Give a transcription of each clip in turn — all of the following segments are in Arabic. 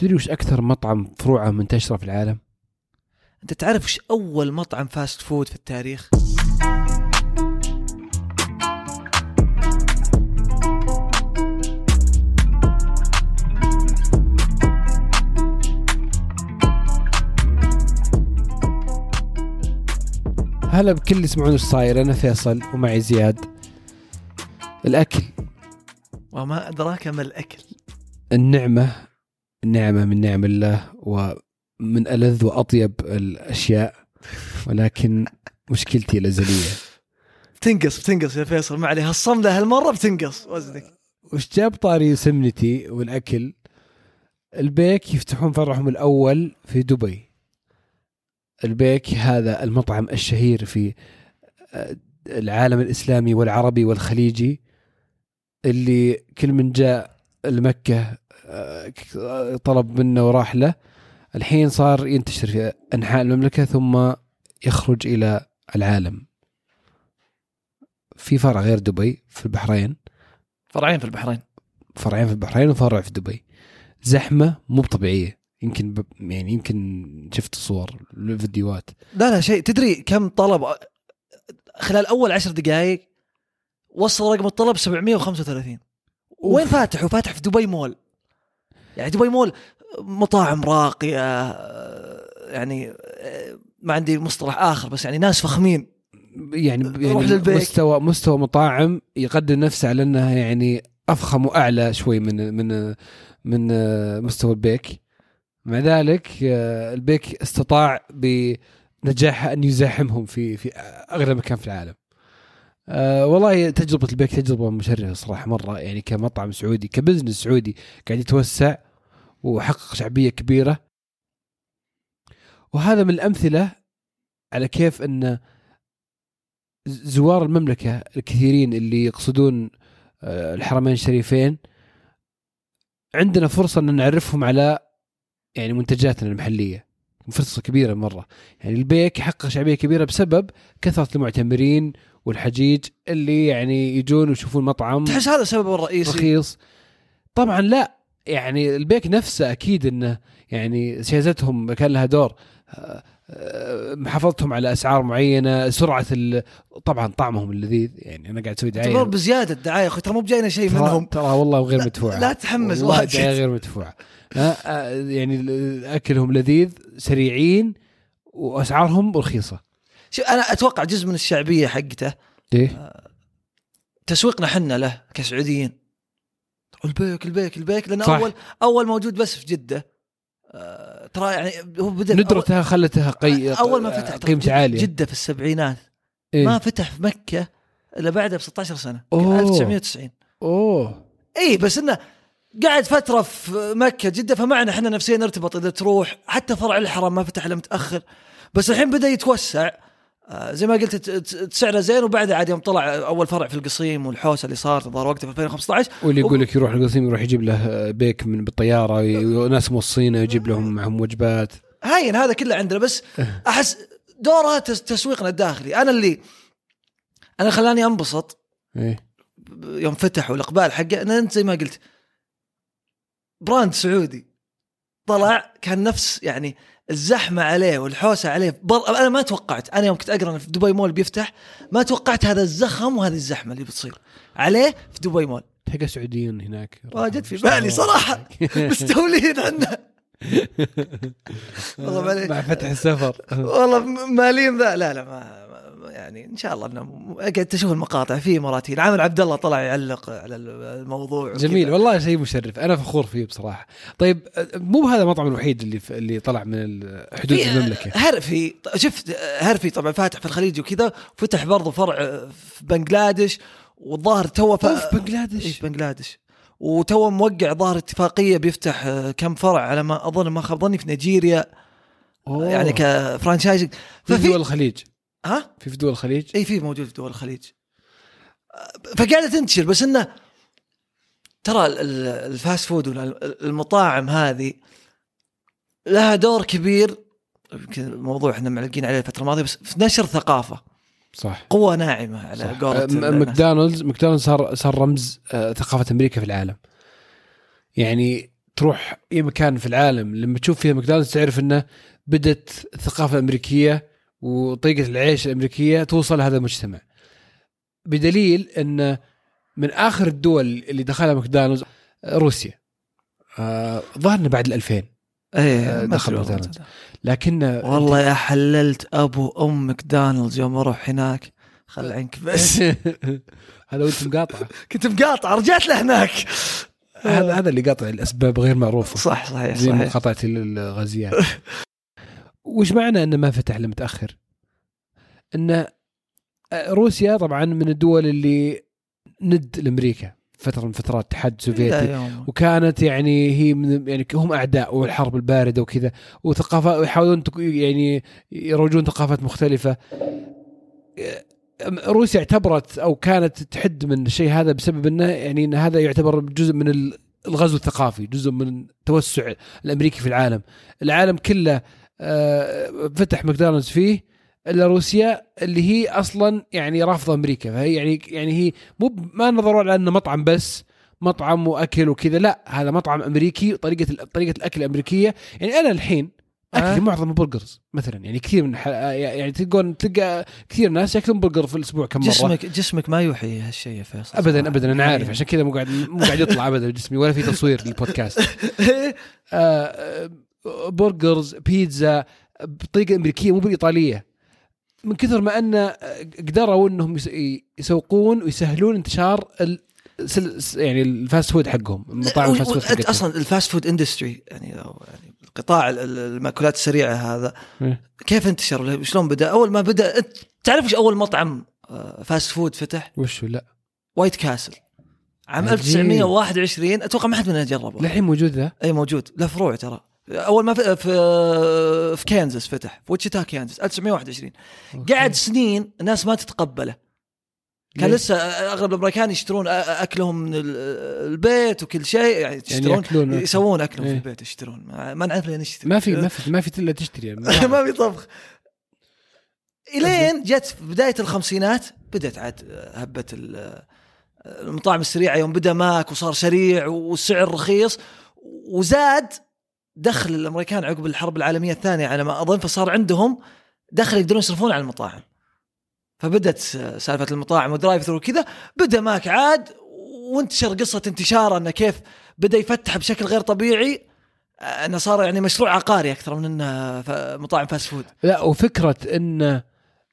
تدري وش أكثر مطعم فروعه منتشرة في العالم؟ أنت تعرف وش أول مطعم فاست فود في التاريخ؟ هلا بكل اللي يسمعون ايش صاير. أنا فيصل ومعي زياد. الأكل وما أدراك ما الأكل. النعمة من نعم الله ومن ألذ وأطيب الأشياء، ولكن مشكلتي الأزلية بتنقص يا فيصل، ما عليها الصملة هالمرة بتنقص وزنك. وش جاب طاري سمنتي والأكل؟ البيك يفتحون فرعهم الأول في دبي. البيك هذا المطعم الشهير في العالم الإسلامي والعربي والخليجي، اللي كل من جاء لمكة طلب منه وراح له. الحين صار ينتشر في أنحاء المملكة ثم يخرج إلى العالم. في فرع غير دبي في البحرين، فرعين في البحرين وفرع في دبي. زحمة مو طبيعية. يمكن شفت صور الفيديوهات. لا شيء. تدري كم طلب خلال أول 10 دقائق؟ وصل رقم الطلب 735. وين فاتح في دبي مول. يعني دبي مول مطاعم راقية، يعني ما عندي مصطلح آخر، بس يعني ناس فخمين. يعني مستوى مطاعم يقدم نفسه على أنها يعني أفخم وأعلى شوي من مستوى البيك. مع ذلك البيك استطاع بنجاحه أن يزاحمهم في أغلى مكان في العالم. والله تجربة البيك تجربة مشرفة صراحة مرة، يعني كمطعم سعودي كبزنس سعودي قاعد يتوسع وحقق شعبية كبيرة. وهذا من الأمثلة على كيف أن زوار المملكة الكثيرين اللي يقصدون الحرمين الشريفين عندنا فرصة أن نعرفهم على يعني منتجاتنا المحلية. فرصة كبيرة مرة. يعني البيك حقق شعبية كبيرة بسبب كثرة المعتمرين والحجيج اللي يعني يجون ويشوفون مطعم. تحس هذا السبب الرئيسي؟ رخيص طبعا لا، يعني البيك نفسه أكيد إنه يعني سياستهم كان لها دور، محافظتهم على أسعار معينة، سرعة طبعا طعمهم اللذيذ. يعني أنا قاعد أسوي دعاية بزيادة الدعاية أخي، ترى مو بجاينا شيء منهم ترى والله غير مدفوعة. لا تحمس والله غير مدفوعة. يعني أكلهم لذيذ، سريعين، وأسعارهم رخيصة. شو أنا أتوقع جزء من الشعبية حقته إيه؟ تسويقنا حنا له كسعوديين. البيك لأنه صح. أول موجود بس في جدة. ترى يعني هو بدأ ندرتها خلتها أول ما فتح قيمة عالية. جدة في السبعينات. إيه؟ ما فتح في مكة إلا بعدها ب16 سنة. 1990. إيه بس إنه قاعد فترة في مكة جدة، فمعنا إحنا نفسيا نرتبط. إذا تروح حتى فرع الحرم ما فتح إلا متأخر، بس الحين بدأ يتوسع. زي ما قلت سعره زين. وبعدها عاد يوم طلع أول فرع في القصيم والحوسة اللي صار ظهر وقته في 2015. واللي يقول لك يروح القصيم يروح يجيب له بيك من بالطيارة، وناس موصينه يجيب لهم معهم وجبات. هاين هذا كله عندنا، بس أحس دورها تسويقنا الداخلي. أنا خلاني أنبسط إيه؟ يوم فتح والإقبال حقه. أنت زي ما قلت براند سعودي طلع، كان نفس يعني الزحمة عليه والحوسة عليه. أنا ما توقعت، أنا يوم كنت أقرأ في دبي مول بيفتح ما توقعت هذا الزخم وهذه الزحمة اللي بتصير عليه في دبي مول. تلقى سعوديين هناك واجد في بالي صراحة مستولين عنه. والله مع فتح السفر والله مالين ذا. لا ما يعني إن شاء الله إنه قاعد تشوف المقاطع في مراتين. عامر عبد الله طلع يعلق على الموضوع. جميل والله، شيء مشرف، أنا فخور فيه بصراحة. طيب مو هذا المطعم الوحيد اللي طلع من حدود المملكة. هرفي، شفت هرفي طبعا فاتح في الخليج وكذا، فتح برضو فرع في بنغلاديش، والظاهر توه في بنغلاديش وتوه موقع ظاهر اتفاقية بيفتح كم فرع على ما أظن، ما خاب ظني في نيجيريا. يعني كفرانشايز في دول الخليج. في دول الخليج. اي في موجود في دول الخليج، فقاعدة تنتشر. بس انه ترى الفاست فود والمطاعم هذه لها دور كبير. يمكن موضوع احنا معلقين عليه الفترة الماضية، بس في نشر ثقافة. صح. قوة ناعمة على قولة ماكدونالدز صار رمز ثقافة أمريكا في العالم. يعني تروح اي مكان في العالم لما تشوف فيها ماكدونالدز تعرف انه بدت الثقافه الامريكيه وطريقه العيش الامريكيه توصل لهذا المجتمع. بدليل ان من اخر الدول اللي دخلها ماكدونالدز روسيا، ظهرنا بعد 2000 دخل ماكدونالدز. لكن والله يا حللت ابو ام ماكدونالدز يوم اروح هناك، خل عنك بس. هذا وانت مقاطع. كنت مقاطع رجعت لهناك. هذا اللي قاطع الاسباب غير معروفه. صحيح زي مقاطعه الغازيات. وش معنى انه ما فتح لمتاخر؟ ان روسيا طبعا من الدول اللي ند لامريكا فتره من فترات الاتحاد السوفيتي، وكانت يعني هي من يعني هم اعداء والحرب البارده وكذا، وثقافات يحاولون يعني يروجون ثقافات مختلفه. روسيا اعتبرت او كانت تحد من الشيء هذا بسبب انه يعني ان هذا يعتبر جزء من الغزو الثقافي، جزء من التوسع الامريكي في العالم. العالم كله فتح ماكدونالدز فيه الا روسيا اللي هي اصلا يعني رافضه امريكا. فهي يعني هي مو ما نظروا على انه مطعم بس مطعم واكل وكذا، لا هذا مطعم امريكي، طريقه الاكل الامريكيه. يعني انا الحين اكل معظم البرجرز مثلا، يعني كثير من يعني تلقى كثير ناس ياكلون برجر في الاسبوع كم مره. جسمك ما يوحي هالشيء يا فيصل. ابدا انا عارف، عشان كذا مو قاعد يطلع ابدا جسمي ولا في تصوير للبودكاست. برجرز بيتزا بطريقه امريكيه مو بالايطاليه، من كثر ما ان قدروا انهم يسوقون ويسهلون انتشار يعني الفاست فود حقهم، مطاعم الفاست فود حقهم. اصلا الفاست فود اندستري يعني قطاع المأكولات السريعه هذا كيف انتشر؟ شلون بدا؟ اول ما بدا تعرف ايش اول مطعم فاست فود فتح؟ وشو؟ لا وايت كاسل عام 1921. اتوقع ما حد مننا جربه. الحين موجود ذا؟ اي موجود، له فروع ترى. اول ما في كانزاس فتح، في ويتشيتا كانزاس 1921. قعد سنين الناس ما تتقبله، كان لسه اغلب الامريكان يشترون اكلهم من البيت وكل شيء، يعني يشترون يعني يسوون اكلهم في البيت، يشترون ما نعرف ليه نشتري. ما في الا تشتري يعني. ما في طبخ. الين جت في بدايه الخمسينات بدت عاد هبه المطاعم السريعه، يوم بدا ماك وصار سريع والسعر رخيص، وزاد دخل الامريكان عقب الحرب العالميه الثانيه على ما اظن، فصار عندهم دخل يقدرون يصرفون على المطاعم، فبدت سالفه المطاعم ودرايف ثرو كذا. بدا ماك عاد وانتشر قصه انتشاره انه كيف بدا يفتح بشكل غير طبيعي، انه صار يعني مشروع عقاري اكثر من انه مطاعم فاست فود. لا، وفكره ان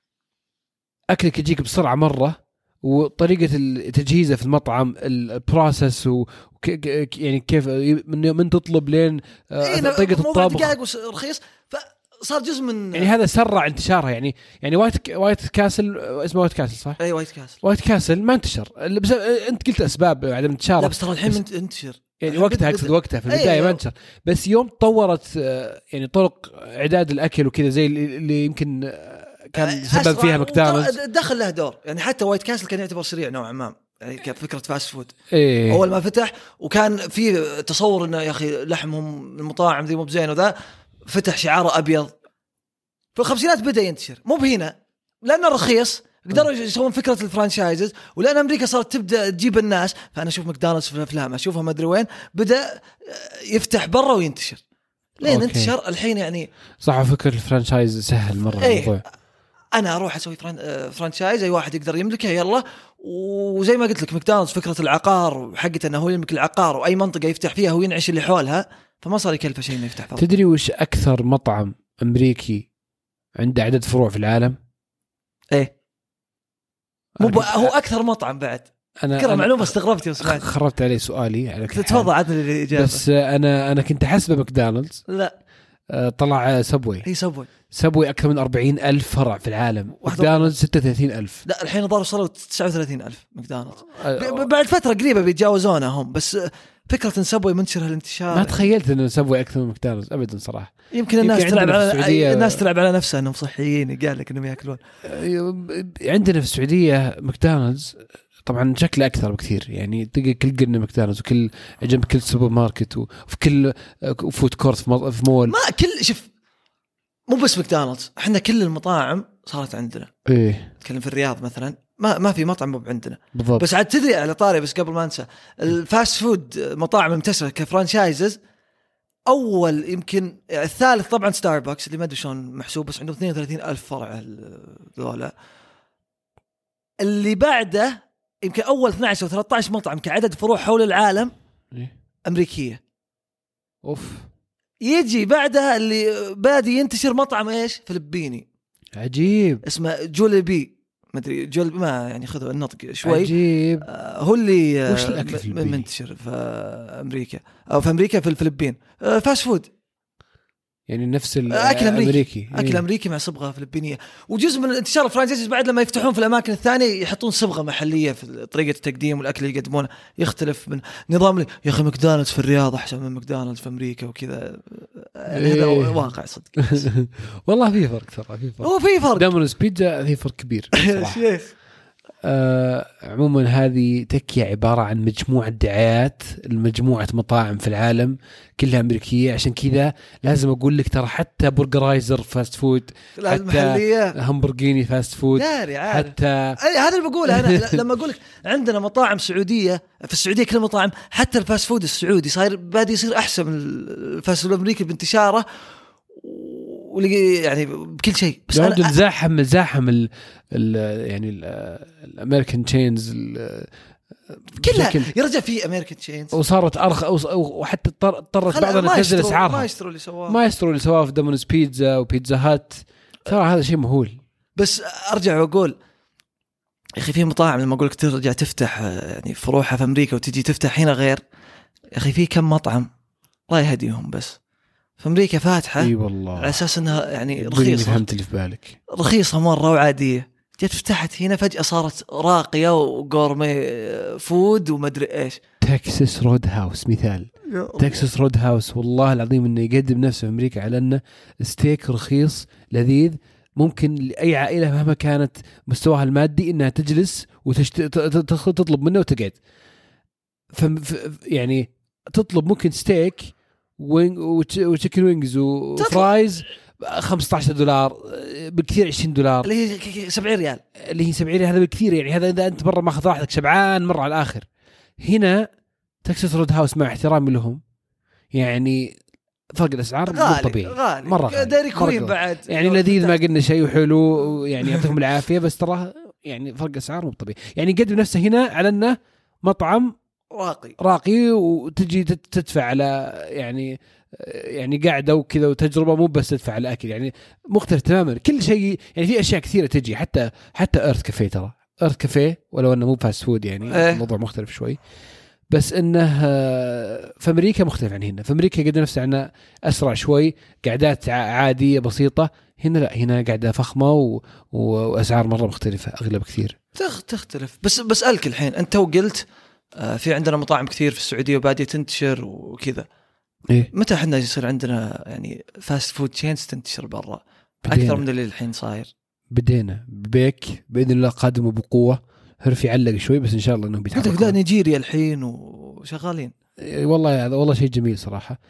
اكلك يجيك بسرعه مره، وطريقه تجهيزه في المطعم، البروسس يعني كيف من تطلب لين طريقه الطبخ دقائق ورخيص، فصار جزء من يعني هذا سرع انتشارها. يعني وايت كاسل اسمه وايت كاسل صح؟ اي وايت كاسل ما انتشر انت قلت اسباب عدم انتشاره. لا بس ترى الحين انتشر يعني وقتها اقصد وقتها في البدايه ما انتشر، بس يوم تطورت يعني طرق اعداد الاكل وكذا زي اللي يمكن كان سبب فيها ماكدونالدز، دخل له دور. يعني حتى وايت كاسل كان يعتبر سريع نوعا ما، يعني كفكره فاست فود. إيه. اول ما فتح وكان في تصور انه يا اخي لحمهم المطاعم ذي مو بزين وذا، فتح شعاره ابيض في الخمسينات، بدا ينتشر. مو بهنا لانه رخيص قدروا يسوون فكره الفرانشايزز، ولان امريكا صارت تبدا تجيب الناس. فانا اشوف ماكدونالدز في الافلام، اشوفها ما ادري وين، بدا يفتح برا وينتشر لين انتشر الحين. يعني صح، فكر الفرانشايز سهل مره الموضوع. انا اروح اسوي فرانشايز، اي واحد يقدر يملكه يلا. وزي ما قلت لك ماكدونالدز فكره العقار حقته انه هو يملك العقار، واي منطقه يفتح فيها هو ينعش اللي حولها، فما صار يكلفه شيء انه يفتح فرع. تدري وش اكثر مطعم امريكي عنده عدد فروع في العالم؟ ايه هو اكثر مطعم بعد. أنا معلومه استغربت يا سمعت، خربت علي سؤالي على تفضل عطني الاجابه. بس انا كنت احسبه ماكدونالدز، لا طلع سبوي. هي سبوي أكثر من 40,000 فرع في العالم، ماكدونالدز 36,000. لا الحين الظاهر وصلوا 39,000 ماكدونالدز. بعد فترة قريبة بيتجاوزونها هم. بس فكرة إن سبوي منتشر الانتشار، ما تخيلت إنه سبوي أكثر من ماكدونالدز أبدا صراحة. يمكن الناس تلعب على نفسها إنهم صحيين، قال لك إنهم يأكلون. عندنا في السعودية ماكدونالدز طبعا شكله أكثر بكثير، يعني تلقى كل قرن ماكدونالدز، وكل جنب كل سوبر ماركت وفي كل فود كورت في مول. ما كل شوف مو بس ماكدونالدز، احنا كل المطاعم صارت عندنا. ايه نتكلم في الرياض مثلا، ما في مطعم مو عندنا بالضبط. بس عاد تدري على طاري بس قبل ما انسى الفاست فود مطاعم منتشره كفرانشايزز اول يمكن الثالث طبعا ستاربكس اللي ما ادري شلون محسوب بس عنده 32,000 فرع ذولا. اللي بعده يمكن اول 12 او 13 مطعم كعدد فروع حول العالم امريكيه. اوف. يجي بعدها اللي بادي ينتشر مطعم ايش فلبيني عجيب اسمه جوليبي ما ادري ما يعني خذوا النطق شوي عجيب. هو اللي وش الاكل منتشر في امريكا او في امريكا في الفلبين فاست فود يعني نفس اكل امريكي اكل إيه؟ امريكي مع صبغه فلبينيه. وجزء من انتشار الفرانشايز بعد لما يفتحون في الاماكن الثانيه يحطون صبغه محليه في طريقه التقديم والاكل اللي يقدمونه يختلف من نظام يا اخي ماكدونالدز في الرياض احسن من ماكدونالدز في امريكا وكذا. هذا واقع صدق. والله في فرق ترى في فرق دومينوز بيتزا في فرق كبير عموما هذه تكية عبارة عن مجموعة دعايات لمجموعة مطاعم في العالم كلها أمريكية. عشان كذا لازم أقول لك ترى حتى برجرايزر فاست فود حتى همبرجيني فاست فود حتى هذا اللي بقوله أنا لما أقول لك عندنا مطاعم سعودية في السعودية كل مطاعم حتى الفاست فود السعودي صاير بادي يصير أحسن من الفاست فود الأمريكي بانتشاره يعني بكل شيء. بس أنا زاحم يعني الامريكان تشينز كلها يرجع في امريكان تشينز وصارت ارخص وحتى اضطرت بعضنا تنزل اسعارها. ما يشتروا اللي سواه في دومينوز بيتزا وبيتزا هات ترى هذا شيء مهول. بس ارجع واقول يا اخي في مطاعم لما اقول لك ترجع تفتح يعني فروعها في امريكا وتجي تفتح هنا غير يا اخي في كم مطعم الله يهديهم بس في أمريكا فاتحة اي والله على أساس أنها يعني رخيصة. فهمت اللي في بالك رخيصة مرة وعادية جت فتحت هنا فجأة صارت راقية وغورمي فود ومدري إيش. تكساس رود هاوس مثال. تكساس رود هاوس والله العظيم إنه يقدم نفسه في أمريكا على أنه ستيك رخيص لذيذ ممكن لأي عائلة مهما كانت مستواها المادي إنها تجلس تطلب منه وتقعد. يعني تطلب ممكن ستيك وتشيكن وينجز وفرايز $15 بالكثير $20 اللي هي 70 ريال اللي هي 70 ريال. هذا بالكثير يعني هذا إذا أنت برا ماخذ راحتك شبعان مرة على الآخر. هنا تكساس رود هاوس مع احترامي لهم يعني فرق الأسعار مو طبيعي مرة داري كوين بعد يعني لذيذ ما قلنا شيء وحلو يعني يعطيكم العافية بس ترى يعني فرق أسعار مو طبيعي. يعني يقدم نفسه هنا على أنه مطعم راقي وتجي تدفع على يعني قاعدة وكذا وتجربة مو بس تدفع على الأكل يعني مختلف تماما كل شيء. يعني في أشياء كثيرة تجي حتى إيرث كافيه ترى إيرث كافيه ولو أنه مو فاست فود يعني الموضوع مختلف شوي بس إنه في أمريكا مختلف عن هنا. في أمريكا قد نفسه عنه أسرع شوي قعدات عادية بسيطة. هنا لا هنا قاعدة فخمة وأسعار مرة مختلفة أغلب كثير تختلف. بس أسألك الحين أنت وقلت في عندنا مطاعم كثير في السعودية وبادية تنتشر وكذا إيه؟ متى حنا يصير عندنا يعني فاست فود تشينز تنتشر برا أكثر من اللي الحين صاير؟ بدينا بيك بإذن الله قادم بقوة. هرفي علق شوي بس إن شاء الله إنهم بيتحركوا. لا نيجيريا الحين وشغالين والله هذا والله شيء جميل صراحة.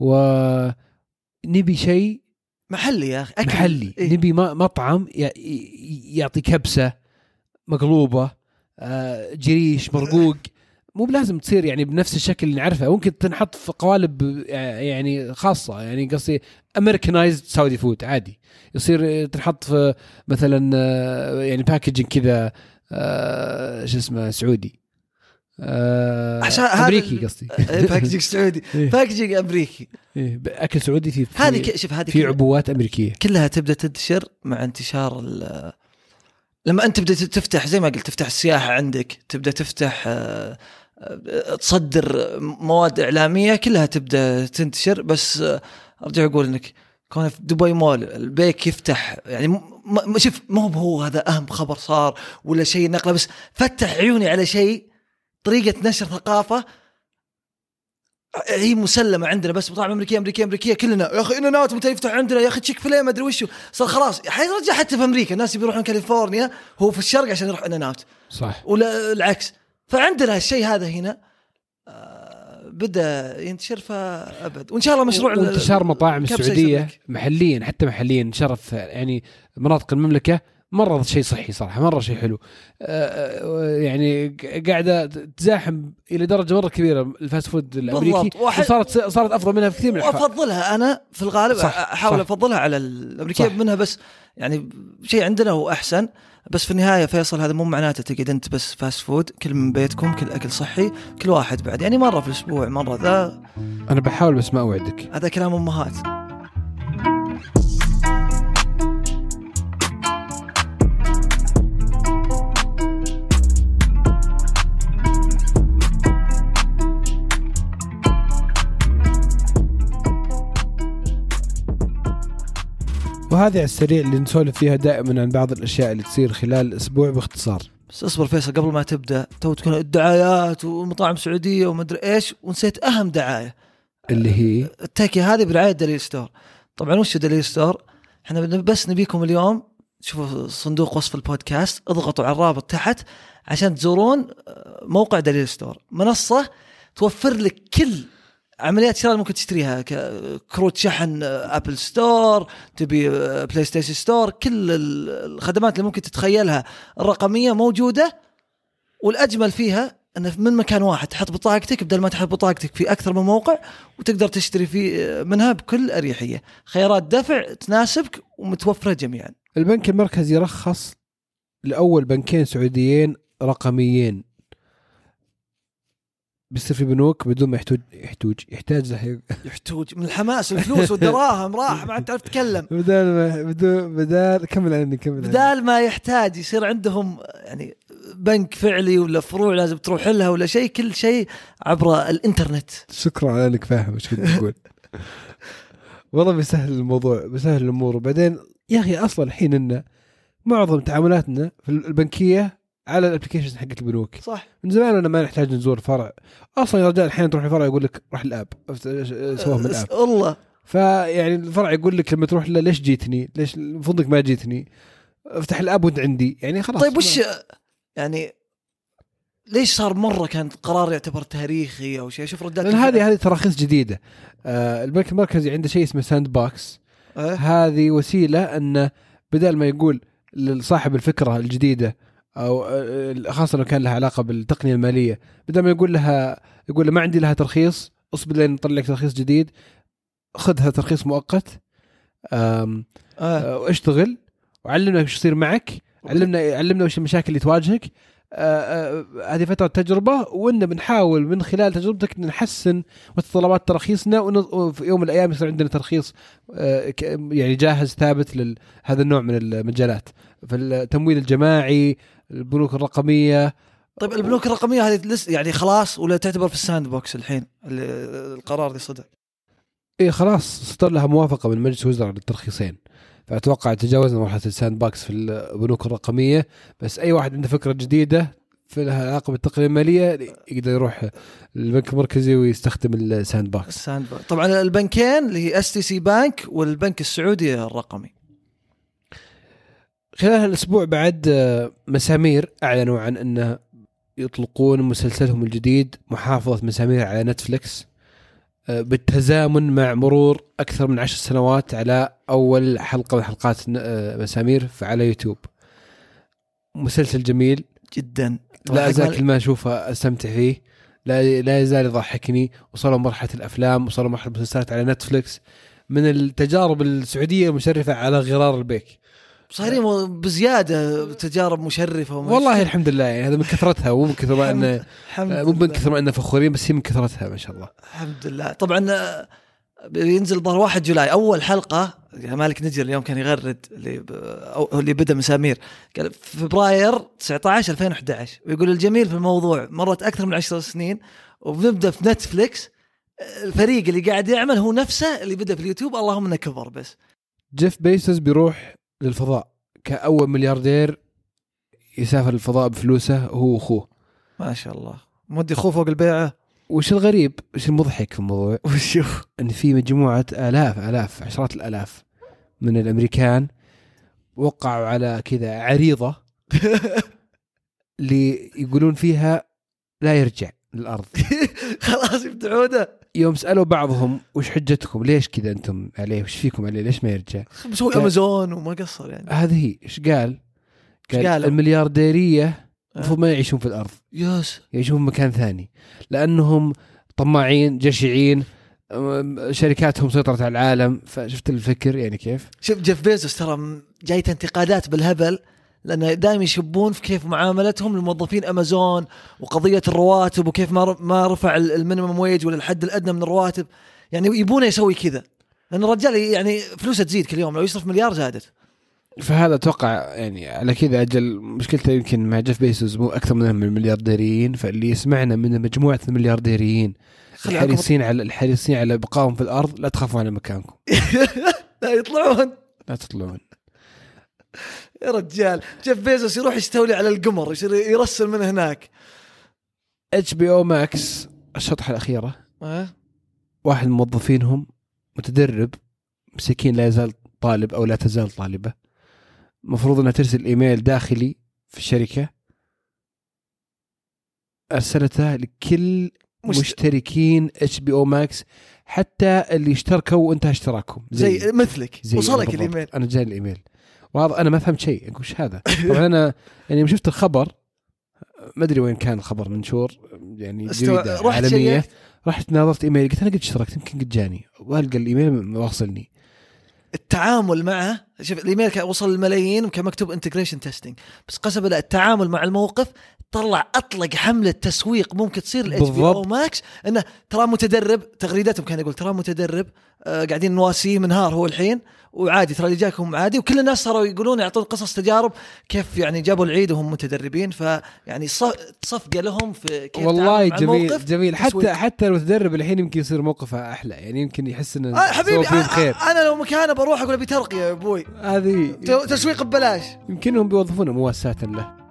ونبي شيء محلي يا أخي محلي. إيه؟ نبي مطعم يعطي كبسة مقلوبة جريش مرقوق مو بلازم تصير يعني بنفس الشكل اللي نعرفه. ممكن تنحط في قوالب يعني خاصة يعني قصدي أمريكانايزد سعودي فود عادي يصير تنحط في مثلا يعني باكيجنج كذا شو اسمه سعودي أمريكي قصدي باكيجنج سعودي باكيجنج أمريكي أكل سعودي في هذه شوف هذه في عبوات أمريكية كلها تبدأ تنتشر مع انتشار لما أنت تبدأ تفتح زي ما قلت تفتح السياحة عندك تبدأ تفتح تصدر مواد إعلامية كلها تبدأ تنتشر. بس أرجع أقول إنك كون في دبي مول البيك يفتح يعني شوف ما هو هذا أهم خبر صار ولا شيء نقله بس فتح عيوني على شيء طريقة نشر ثقافة هي مسلمة عندنا. بس مطاعم أمريكية كلنا يا أخي إننا ناوت متى يفتح عندنا يا أخي تشيك فيليه ما أدري وشو صار خلاص حيرجع. حتى في أمريكا الناس بيروحون كاليفورنيا هو في الشرق عشان يروح إننا ناوت صح ولا العكس. فعندنا هالشيء هذا هنا بدأ ينتشر فأبد وإن شاء الله مشروع انتشار مطاعم السعودية محليا حتى محليا شرف يعني مناطق المملكة مرة شيء صحي صراحة، مرة شيء حلو. يعني قاعدة تزاحم إلى درجة مرة كبيرة الفاست فود الأمريكي، صارت أفضل منها بكثير من وأفضلها أنا في الغالب أحاول أفضلها على الأمريكية منها، بس يعني شيء عندنا هو أحسن. بس في النهاية فيصل هذا مو معناته تقعد أنت بس فاست فود، كل من بيتكم، كل أكل صحي، كل واحد بعد يعني مرة في الأسبوع، مرة ذا. أنا بحاول بس ما أوعدك، هذا كلام أمهات. وهذه على السريع اللي نسولف فيها دائما عن بعض الأشياء اللي تصير خلال الأسبوع باختصار. بس أصبر فيصل قبل ما تبدأ، تكون الدعايات ومطاعم سعودية ومدري إيش، ونسيت أهم دعاية اللي هي التاكي هذه برعاية دليل ستور. طبعا وش دليل ستور؟ احنا بس نبيكم اليوم شوفوا صندوق وصف البودكاست، اضغطوا على الرابط تحت عشان تزورون موقع دليل ستور، منصة توفر لك كل عمليات شراء ممكن تشتريها، كروت شحن أبل ستور، تبي بلاي ستيشن ستور، كل الخدمات اللي ممكن تتخيلها الرقمية موجودة. والأجمل فيها أن من مكان واحد تحط بطاقتك بدل ما تحط بطاقتك في أكثر من موقع، وتقدر تشتري فيه منها بكل أريحية، خيارات دفع تناسبك ومتوفرة جميعا. البنك المركزي رخص لأول بنكين سعوديين رقميين، بيصير في بنوك بدون ما يحتاج من الحماس الفلوس والدراهم راح ما عاد تعرف تتكلم. بدال بدال ما يحتاج يصير عندهم يعني بنك فعلي ولا فروع لازم تروح لها ولا شيء، كل شيء عبر الانترنت. شكرا على انك فاهم ايش كنت تقول. والله بيسهل الموضوع، بيسهل الامور. وبعدين يا اخي اصلا الحين ان معظم تعاملاتنا في البنكيه على الابلكيشنز حقت البنوك. صح. من زمان أنا ما نحتاج نزور فرع أصلاً. يا رجال الحين تروح الفرع يقول لك راح الآب، سواه من الآب والله. فيعني الفرع يقول لك لما تروح له ليش جيتني، ليش فضلك ما جيتني، افتح الآب وانت عندي يعني خلاص. طيب وش يعني ليش صار مرة كان قرار يعتبر تاريخي أو شيء؟ شوف ردات. لأن هذه تراخيص جديدة. البنك المركزي عنده شيء اسمه ساند باكس. هذه وسيلة أن بدل ما يقول لصاحب الفكرة الجديدة أو خاصة لو كان لها علاقة بالتقنية المالية، بدل ما يقول له ما عندي لها ترخيص، اصبر لين نطلع لك ترخيص جديد، خذها ترخيص مؤقت، واشتغل وعلمنا ايش يصير معك، علمنا وش المشاكل اللي تواجهك. هذه فترة تجربة، وإن بنحاول من خلال تجربتك نحسن متطلبات ترخيصنا، وفي يوم من الأيام يصير عندنا ترخيص يعني جاهز ثابت لهذا النوع من المجالات، في التمويل الجماعي، البنوك الرقمية. طيب البنوك الرقمية هذه يعني خلاص ولا تعتبر في الساند بوكس الحين القرار اللي صدر؟ إيه خلاص صدر لها موافقة من مجلس الوزراء للترخيصين، فأتوقع تجاوزنا مرحلة الساند باكس في البنوك الرقمية. بس أي واحد عنده فكرة جديدة في لها علاقة بالتقنية المالية يقدر يروح البنك المركزي ويستخدم الساند باكس. طبعا البنكين اللي هي STC بانك والبنك السعودي الرقمي. خلال الأسبوع بعد مسامير أعلنوا عن أنه يطلقون مسلسلهم الجديد محافظة مسامير على نتفليكس، بالتزامن مع مرور أكثر من 10 سنوات على أول حلقة من حلقات مسامير على يوتيوب. مسلسل جميل جدا، لا أزال كل ما أشوفه أستمتع فيه، لا يزال يضحكني. وصلوا مرحلة الأفلام، وصلوا مرحلة المسلسلات على نتفليكس، من التجارب السعودية المشرفة على غرار البيك. صايرين بزيادة تجارب مشرفة والله الحمد لله. يعني هذا من كثرتها، مو من كثر ما أنه مو من كثر ما أنه فخورين، بس هي من كثرتها ما شاء الله. الحمد لله. طبعا بينزل ظهر 1 جولاي أول حلقة. مالك نجر اليوم كان يغرد اللي بدأ مسامير، قال فبراير 19 2011، ويقول الجميل في الموضوع مرت أكثر من 10 سنين وبنبدأ في نتفليكس. الفريق اللي قاعد يعمل هو نفسه اللي بدأ في اليوتيوب، اللهم انه كبر. بس جيف بيسوس بيروح للفضاء كأول ملياردير يسافر الفضاء بفلوسه هو وأخوه. ما شاء الله، مودي أخوه فوق البيعة. وش الغريب، وش المضحك في الموضوع، وشوف أن في مجموعة آلاف عشرات الآلاف من الأمريكان وقعوا على كذا عريضة اللي يقولون فيها لا يرجع للأرض. خلاص يبدعونه. يوم سألوا بعضهم وش حجتكم، ليش كذا أنتم عليه، وش فيكم عليه، ليش ما يرجع؟ مسوي أمازون وما قصر يعني. هذه إيش قال؟ قالوا المليارديرية المفروض ما يعيشون في الأرض، يعيشون في مكان ثاني، لأنهم طماعين جشعين، شركاتهم سيطرت على العالم. فشفت الفكر يعني كيف؟ شوف جيف بيزوس ترى جايت انتقادات بالهبل، لأنه دائما يشبون في كيف معاملتهم للموظفين أمازون وقضية الرواتب وكيف ما رفع المينيمم ويج ولا الحد الأدنى من الرواتب. يعني يبونه يسوي كذا لأن الرجال يعني فلوسه تزيد كل يوم، لو يصرف مليار زادت. فهذا أتوقع يعني على كذا أجل مشكلته يمكن مع جيف بيزوس مو أكثر من المليارديريين. فاللي يسمعنا من مجموعة المليارديريين الحريصين على بقائهم في الأرض، لا تخافوا على مكانكم. لا تطلعون يا رجال. جيف بيزوس يروح يستولي على القمر، يصير يرسل من هناك. HBO Max الشطحة الأخيرة واحد من موظفينهم متدرب مسكين، لا يزال طالب أو لا تزال طالبة، مفروض أنها ترسل إيميل داخلي في الشركة، أرسلتها لكل مشتركين HBO Max، حتى اللي اشتركوا وانتهى اشتراكهم زي مثلك. وصلك الإيميل؟ أنا جاني الإيميل وهذا أنا ما فهمت شيء. أقول إيش هذا؟ طبعا أنا يعني شفت الخبر، ما أدري وين كان الخبر، منشور يعني جريدة عالمية. رحت ناظرت إيميل، قلت أنا قد اشتركت يمكن قد جاني، وألقى الإيميل واصلني. التعامل معه، شوف الإيميل كان وصل الملايين وكان مكتوب انتجريشن تيستينج، بس قسم التعامل مع الموقف طلع أطلق حملة تسويق ممكن تصير HBO Max، إنه ترى متدرب. تغريداتهم كان يقول ترى متدرب، قاعدين نواسيه منهار هو الحين، وعادي ترى اللي جاكم عادي. وكل الناس صاروا يقولون يعطون قصص تجارب كيف يعني جابوا العيد وهم متدربين. فيعني صفقة لهم في كيف والله جميل. حتى لو تدرب الحين يمكن يصير موقفه أحلى، يعني يمكن يحس إنه حبيبي أنا لو مكانه بروح أقول أبي ترقية يا أبوي، هذه تسويق ببلاش. يمكنهم بيوظفونه مواساة له.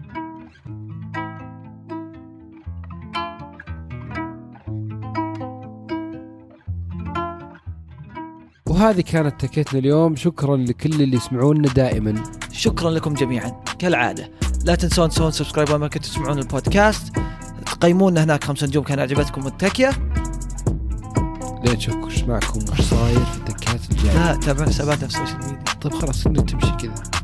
وهذه كانت تكتنا اليوم. شكرا لكل اللي يسمعونا دائما. شكرا لكم جميعا كالعادة. لا تنسون سبسكرايب لما كنتوا تسمعون البودكاست، تقيمونا هناك 5 نجوم كان عجبتكم التكية. لا نشوفكم وش معكم وش صاير في التكات الجاية. لا تابعوا حساباتنا في السوشيال ميديا. طيب خلاص تمشي كذا.